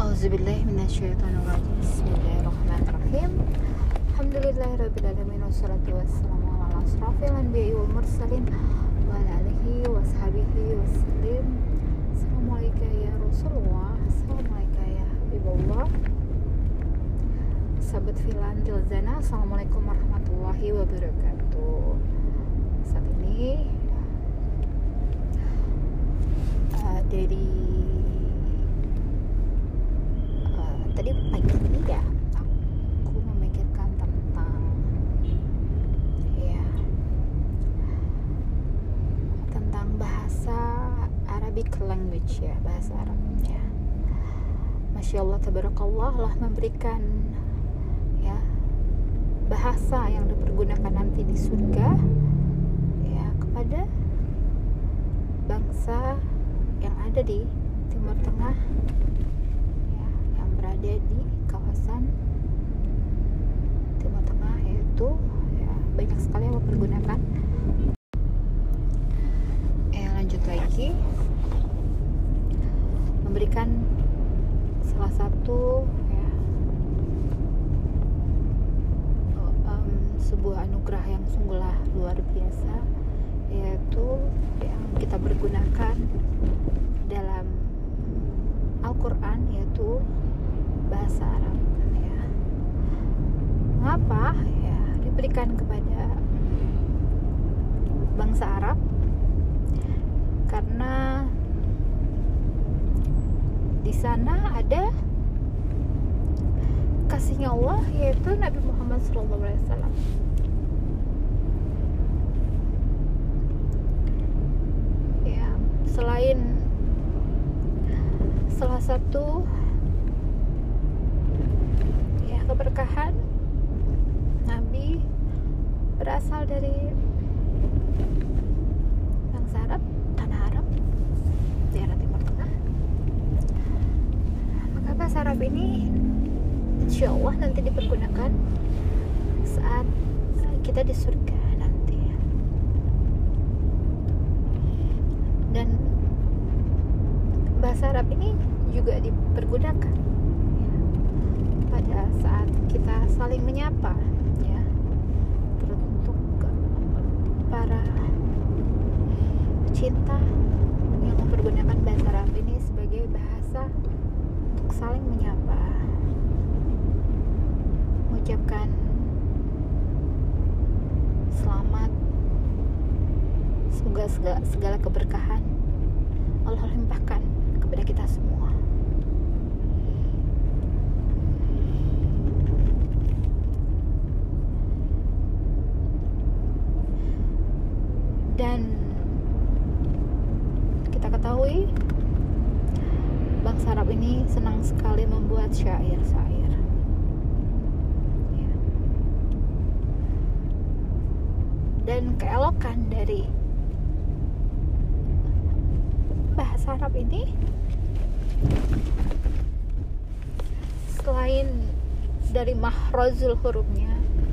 A'udzubillahi minasyaitonirrajim. Bismillahirrahmanirrahim. Alhamdulillahirabbil wassalatu wassalamu ala asrofil anbiya'i wal mursalin wa ala alihi wa sahbihi wasallim. Assalamualaikum ya Rasulullah, assalamualaikum ya Habibullah. Sahabat Filandil Zana, assalamualaikum warahmatullahi wabarakatuh. Saat ini tadi pagi ini ya aku memikirkan tentang bahasa Arabic language ya, bahasa Arabnya. Masya Allah, tabarakallah, Allah memberikan ya bahasa yang dipergunakan nanti di surga ya kepada bangsa yang ada di Timur Tengah ya, yang berada di kawasan Timur Tengah, yaitu ya, banyak sekali yang mempergunakan. Lanjut lagi, memberikan salah satu ya, sebuah anugerah yang sungguhlah luar biasa, yaitu yang kita pergunakan dalam Al-Quran, yaitu bahasa Arab ya. Mengapa ya diberikan kepada bangsa Arab? Karena di sana ada kasihnya Allah, yaitu Nabi Muhammad SAW. Ya, selain salah satu ya keberkahan, Nabi berasal dari bangsa Arab, tanah Arab, daerah Timur Tengah. Maka bahasa Arab ini insya Allah nanti dipergunakan saat kita di surga nanti. Dan bahasa Arab ini juga dipergunakan ya, pada saat kita saling menyapa ya, teruntuk para cinta yang mempergunakan bahasa Arab ini sebagai bahasa untuk saling menyapa, mengucapkan selamat, semoga segala keberkahan Allah limpahkan kepada kita semua. Dan kita ketahui bangsa Arab ini senang sekali membuat syair-syair ya. Dan keelokan dari bahasa Arab ini, selain dari mahrozul hurufnya,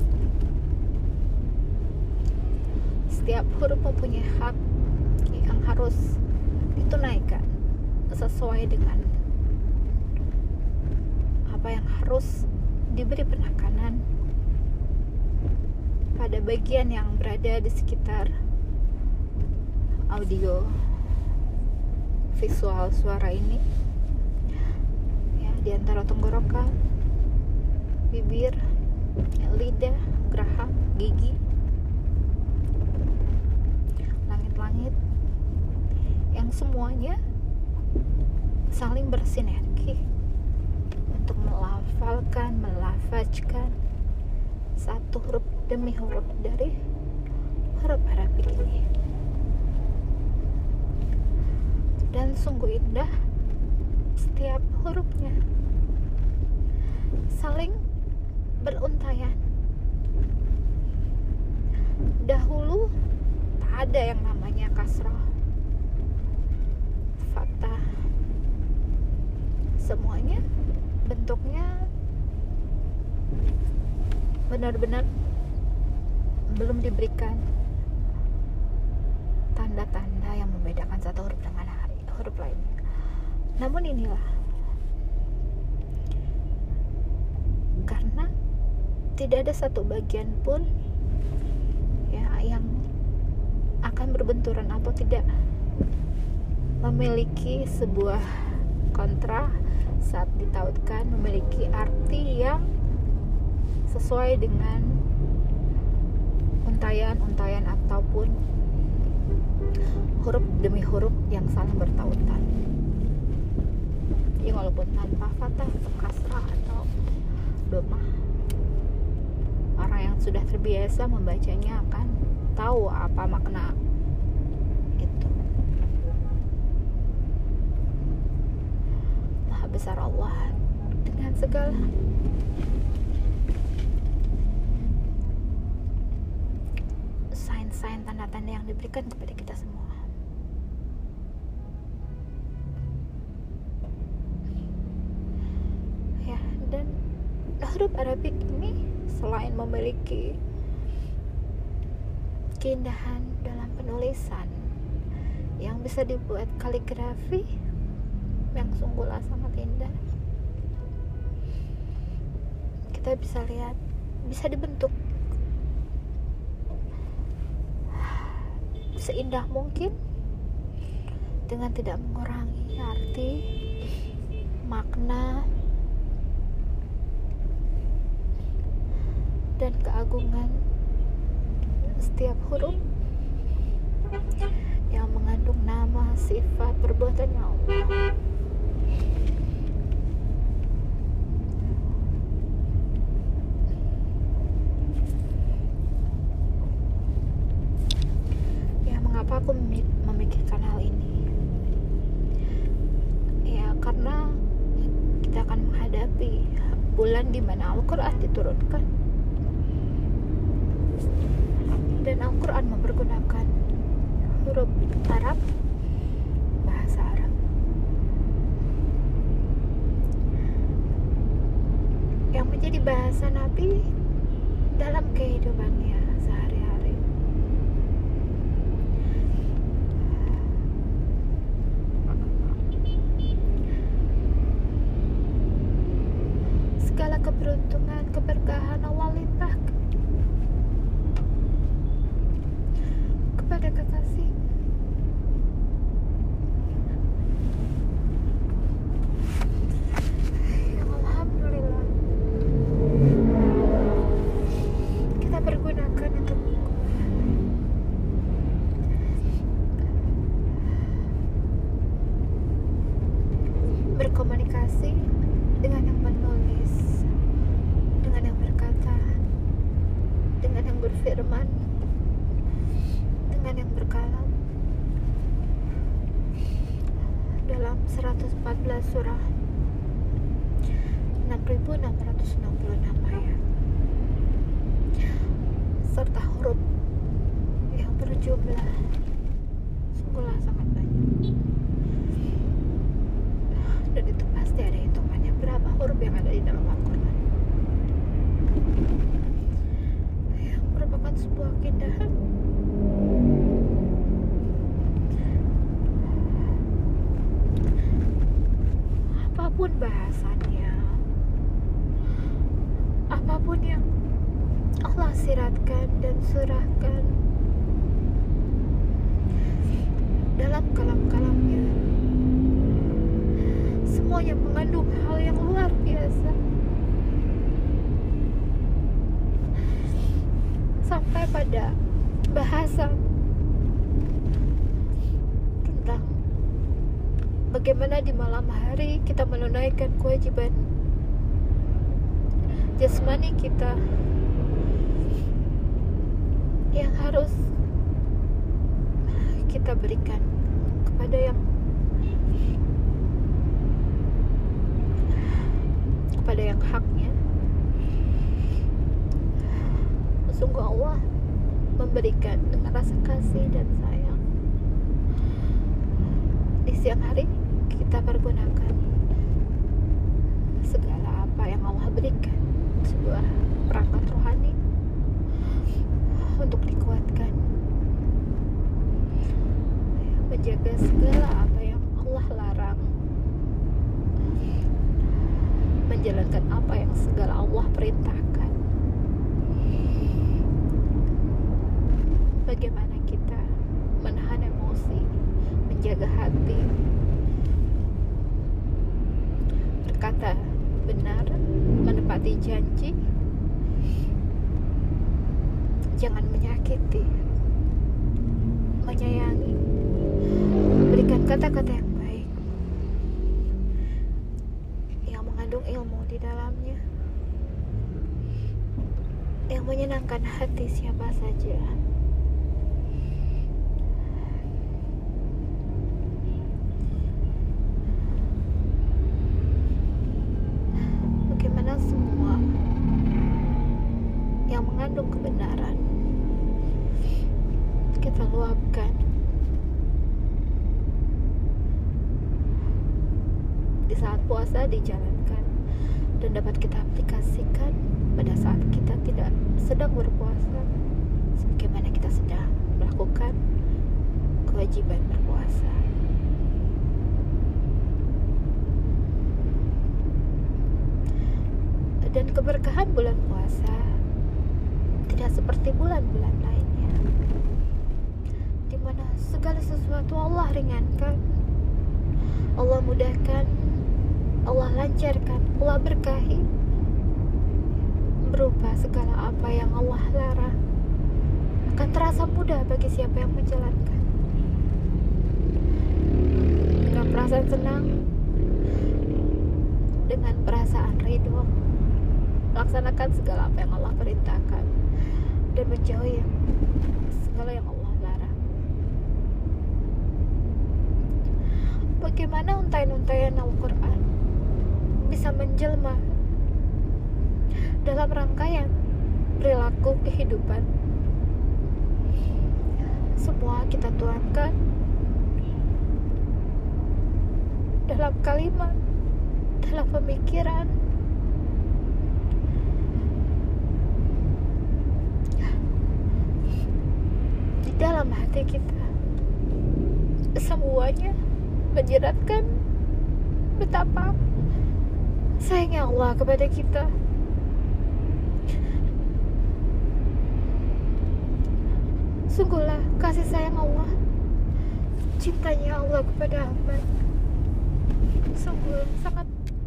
setiap huruf mempunyai hak yang harus ditunaikan sesuai dengan apa yang harus diberi penekanan pada bagian yang berada di sekitar audio visual suara ini ya, di antara tenggorokan, bibir, lidah, geraham, gigi, langit-langit, yang semuanya saling bersinergi untuk melafazkan satu huruf demi huruf dari huruf Arabik ini. Dan sungguh indah setiap hurufnya, saling beruntayan. Dahulu tak ada yang namanya kasrah, fathah, semuanya bentuknya benar-benar belum diberikan tanda-tanda yang membedakan satu huruf dengan huruf lainnya. Namun inilah karena tidak ada satu bagian pun ya yang akan berbenturan atau tidak memiliki sebuah kontra saat ditautkan, memiliki arti yang sesuai dengan untayan-untayan ataupun huruf demi huruf yang saling bertautan. Jadi walaupun tanpa fathah, kasrah atau dhammah, orang yang sudah terbiasa membacanya akan tahu apa makna itu. Maha besar Allah dengan segala sign tanda-tanda yang diberikan kepada kita semua. Ya, dan huruf Arabik ini selain memiliki keindahan dalam penulisan yang bisa dibuat kaligrafi yang sungguhlah sangat indah, kita bisa lihat bisa dibentuk seindah mungkin dengan tidak mengurangi arti, makna, dan keagungan setiap huruf yang mengandung nama, sifat, perbuatannya Allah. Mengapa aku memikirkan hal ini? Ya, karena kita akan menghadapi bulan di mana Al-Quran diturunkan, dan Al-Quran mempergunakan huruf Arab, bahasa Arab, yang menjadi bahasa Nabi dalam kehidupannya sehari-hari. Segala keberuntungan, keberkahan Allah limpahkan kepada kekasih. Ya, alhamdulillah, kita pergunakan untuk berkomunikasi dengan yang menulis, dengan yang berkata, dengan yang berfirman, dengan yang berkalam dalam 114 surah, 6.666 ayat, serta huruf yang berjumlah sungguhlah sangat banyak. Dan itu pasti ada hitungannya berapa huruf yang ada di dalam Al-Quran, yang merupakan sebuah keindahan. Apapun bahasannya, apapun yang Allah siratkan dan surahkan dalam kalam-kalamnya, semuanya mengandung hal yang luar biasa. Sampai pada bahasan tentang bagaimana di malam hari kita menunaikan kewajiban jasmani kita yang harus kita berikan kepada yang haknya. Sungguh Allah memberikan dengan rasa kasih dan sayang. Di siang hari kita pergunakan segala apa yang Allah berikan, sebuah perangkat rohani untuk dikuatkan, menjaga segala apa yang Allah larang, menjalankan apa yang segala Allah perintahkan. Bagaimana kita menahan emosi, menjaga hati, berkata benar, menepati janji, jangan menyakiti, menyayangi, berikan kata-kata yang baik yang mengandung ilmu di dalamnya, yang menyenangkan hati siapa saja. Bagaimana semua yang mengandung kebenaran kita luapkan di saat puasa dijalankan dan dapat kita aplikasikan pada saat kita tidak sedang berpuasa, sebagaimana kita sedang melakukan kewajiban berpuasa. Dan keberkahan bulan puasa tidak seperti bulan-bulan lainnya, di mana segala sesuatu Allah ringankan, Allah mudahkan, Allah lancarkan, Allah berkahi, berupa segala apa yang Allah larang akan terasa mudah bagi siapa yang menjalankan dengan perasaan senang, dengan perasaan ridho, laksanakan segala apa yang Allah perintahkan dan menjauhi segala yang Allah larang. Bagaimana untayan-untayan Al-Quran bisa menjelma dalam rangkaian perilaku kehidupan. Semua kita tuangkan dalam kalimat, dalam pemikiran, di dalam hati kita. Semuanya menjeratkan betapa sayangnya Allah kepada kita. Sungguhlah kasih sayang Allah, cintanya Allah kepada hamba sungguh sangat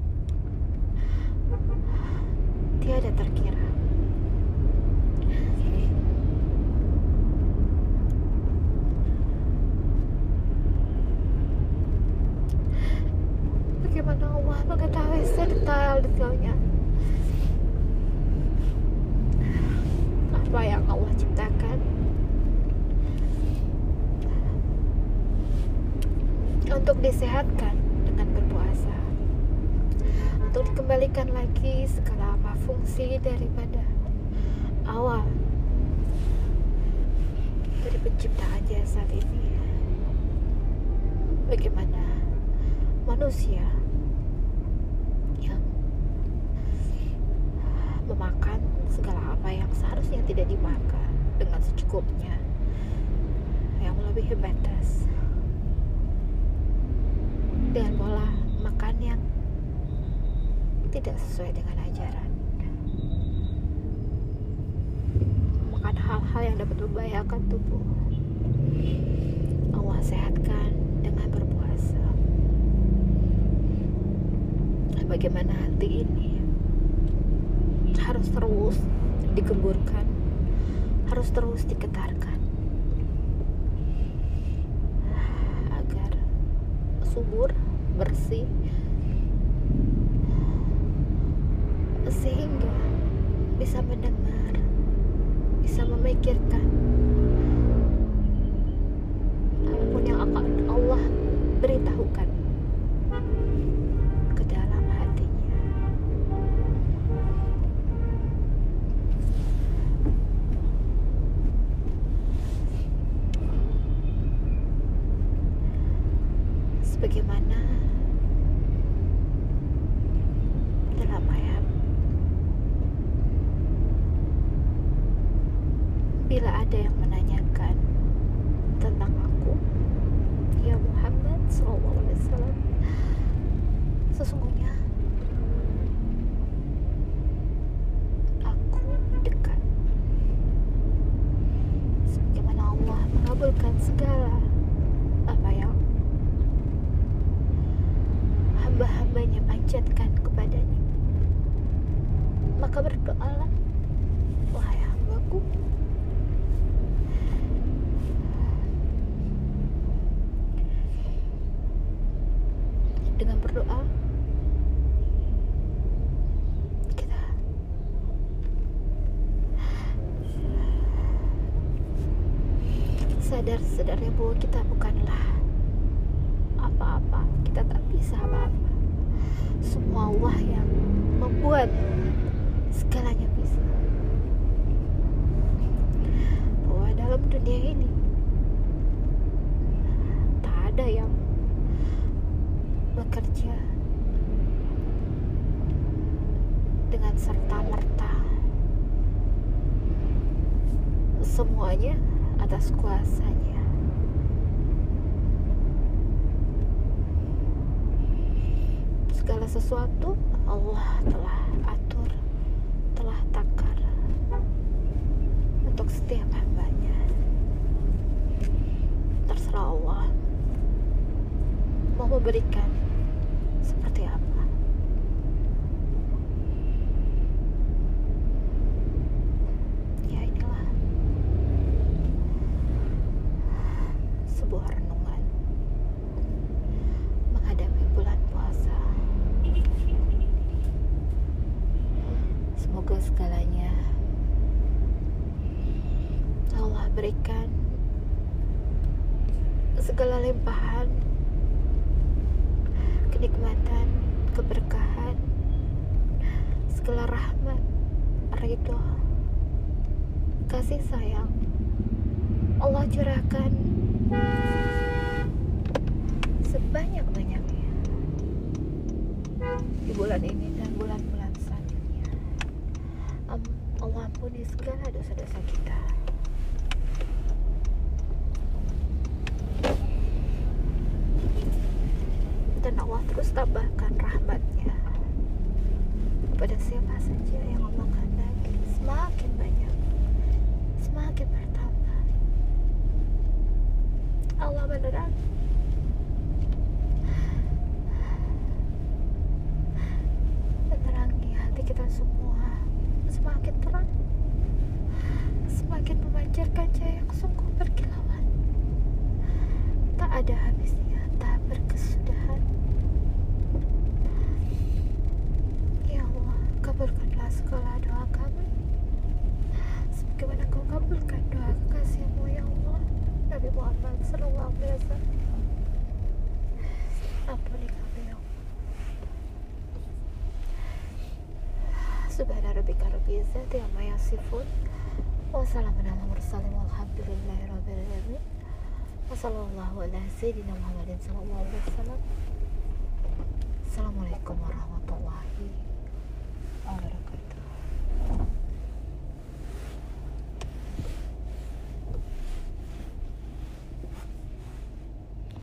tiada terkira. Bagaimana Allah mengetahui sedetail-detailnya apa yang Allah ciptakan untuk disehatkan dengan berpuasa, untuk dikembalikan lagi segala apa fungsi daripada awal dari penciptaan jasad ini. Bagaimana manusia yang memakan segala apa yang seharusnya tidak dimakan dengan secukupnya, yang melebihi batas, dengan pola makan yang tidak sesuai dengan ajaran, makan hal-hal yang dapat membahayakan tubuh. Allah sehatkan dengan berpuasa. Bagaimana hati ini harus terus digemburkan, harus terus diketarkan agar subur, bersih, sehingga bisa mendengar, bisa memikirkan apapun yang akan Allah beritahukan ke dalam hatinya. Sebagaimana dalam ayat, bila ada yang menanyakan tentang aku, ya Muhammad SAW, sesungguhnya hamba-hambanya panjatkan kepadanya. Maka berdoalah, wahai hambaku, dengan berdoa kita sadar-sadarnya bahwa kita bukanlah apa-apa, kita tak bisa apa-apa. Semua Allah yang membuat segalanya bisa. Bahwa dalam dunia ini tak ada yang bekerja dengan serta-merta. Semuanya atas kuasanya. Segala sesuatu Allah telah atur, telah takar untuk setiap hambanya. Terserah Allah mau memberikan seperti apa. Ya, inilah sebuah renungan menghadapi bulan puasa. Semoga segalanya Allah berikan, segala limpahan kenikmatan, keberkahan, segala rahmat, ridho, kasih sayang Allah curahkan sebanyak-banyaknya di bulan ini dan bulan-bulan selanjutnya. Allah ampuni segala dosa-dosa kita. Dan Allah terus tambahkan rahmatnya kepada siapa saja yang Allah kehendaki. Semakin banyak, semakin bertambah. Allah beneran menerangi hati kita semua, semakin terang, semakin memancarkan cahaya yang sungguh berkilauan, tak ada habisnya, tak berkesudahan. Ya Allah, kabulkanlah segala doa kami sebagaimana Kau kabulkan doa kekasih-Mu, ya Allah, Nabi Muhammad SAW. Ampuni kami, ya Allah. Subhana rabbika rabbil izzati amma yasifun, wa salamun alal mursalin, walhamdulillahi rabbil alamin. Wassallallahu ala sayyidina Muhammadin sallallahu alaihi wasallam. Assalamualaikum warahmatullahi wabarakatuh.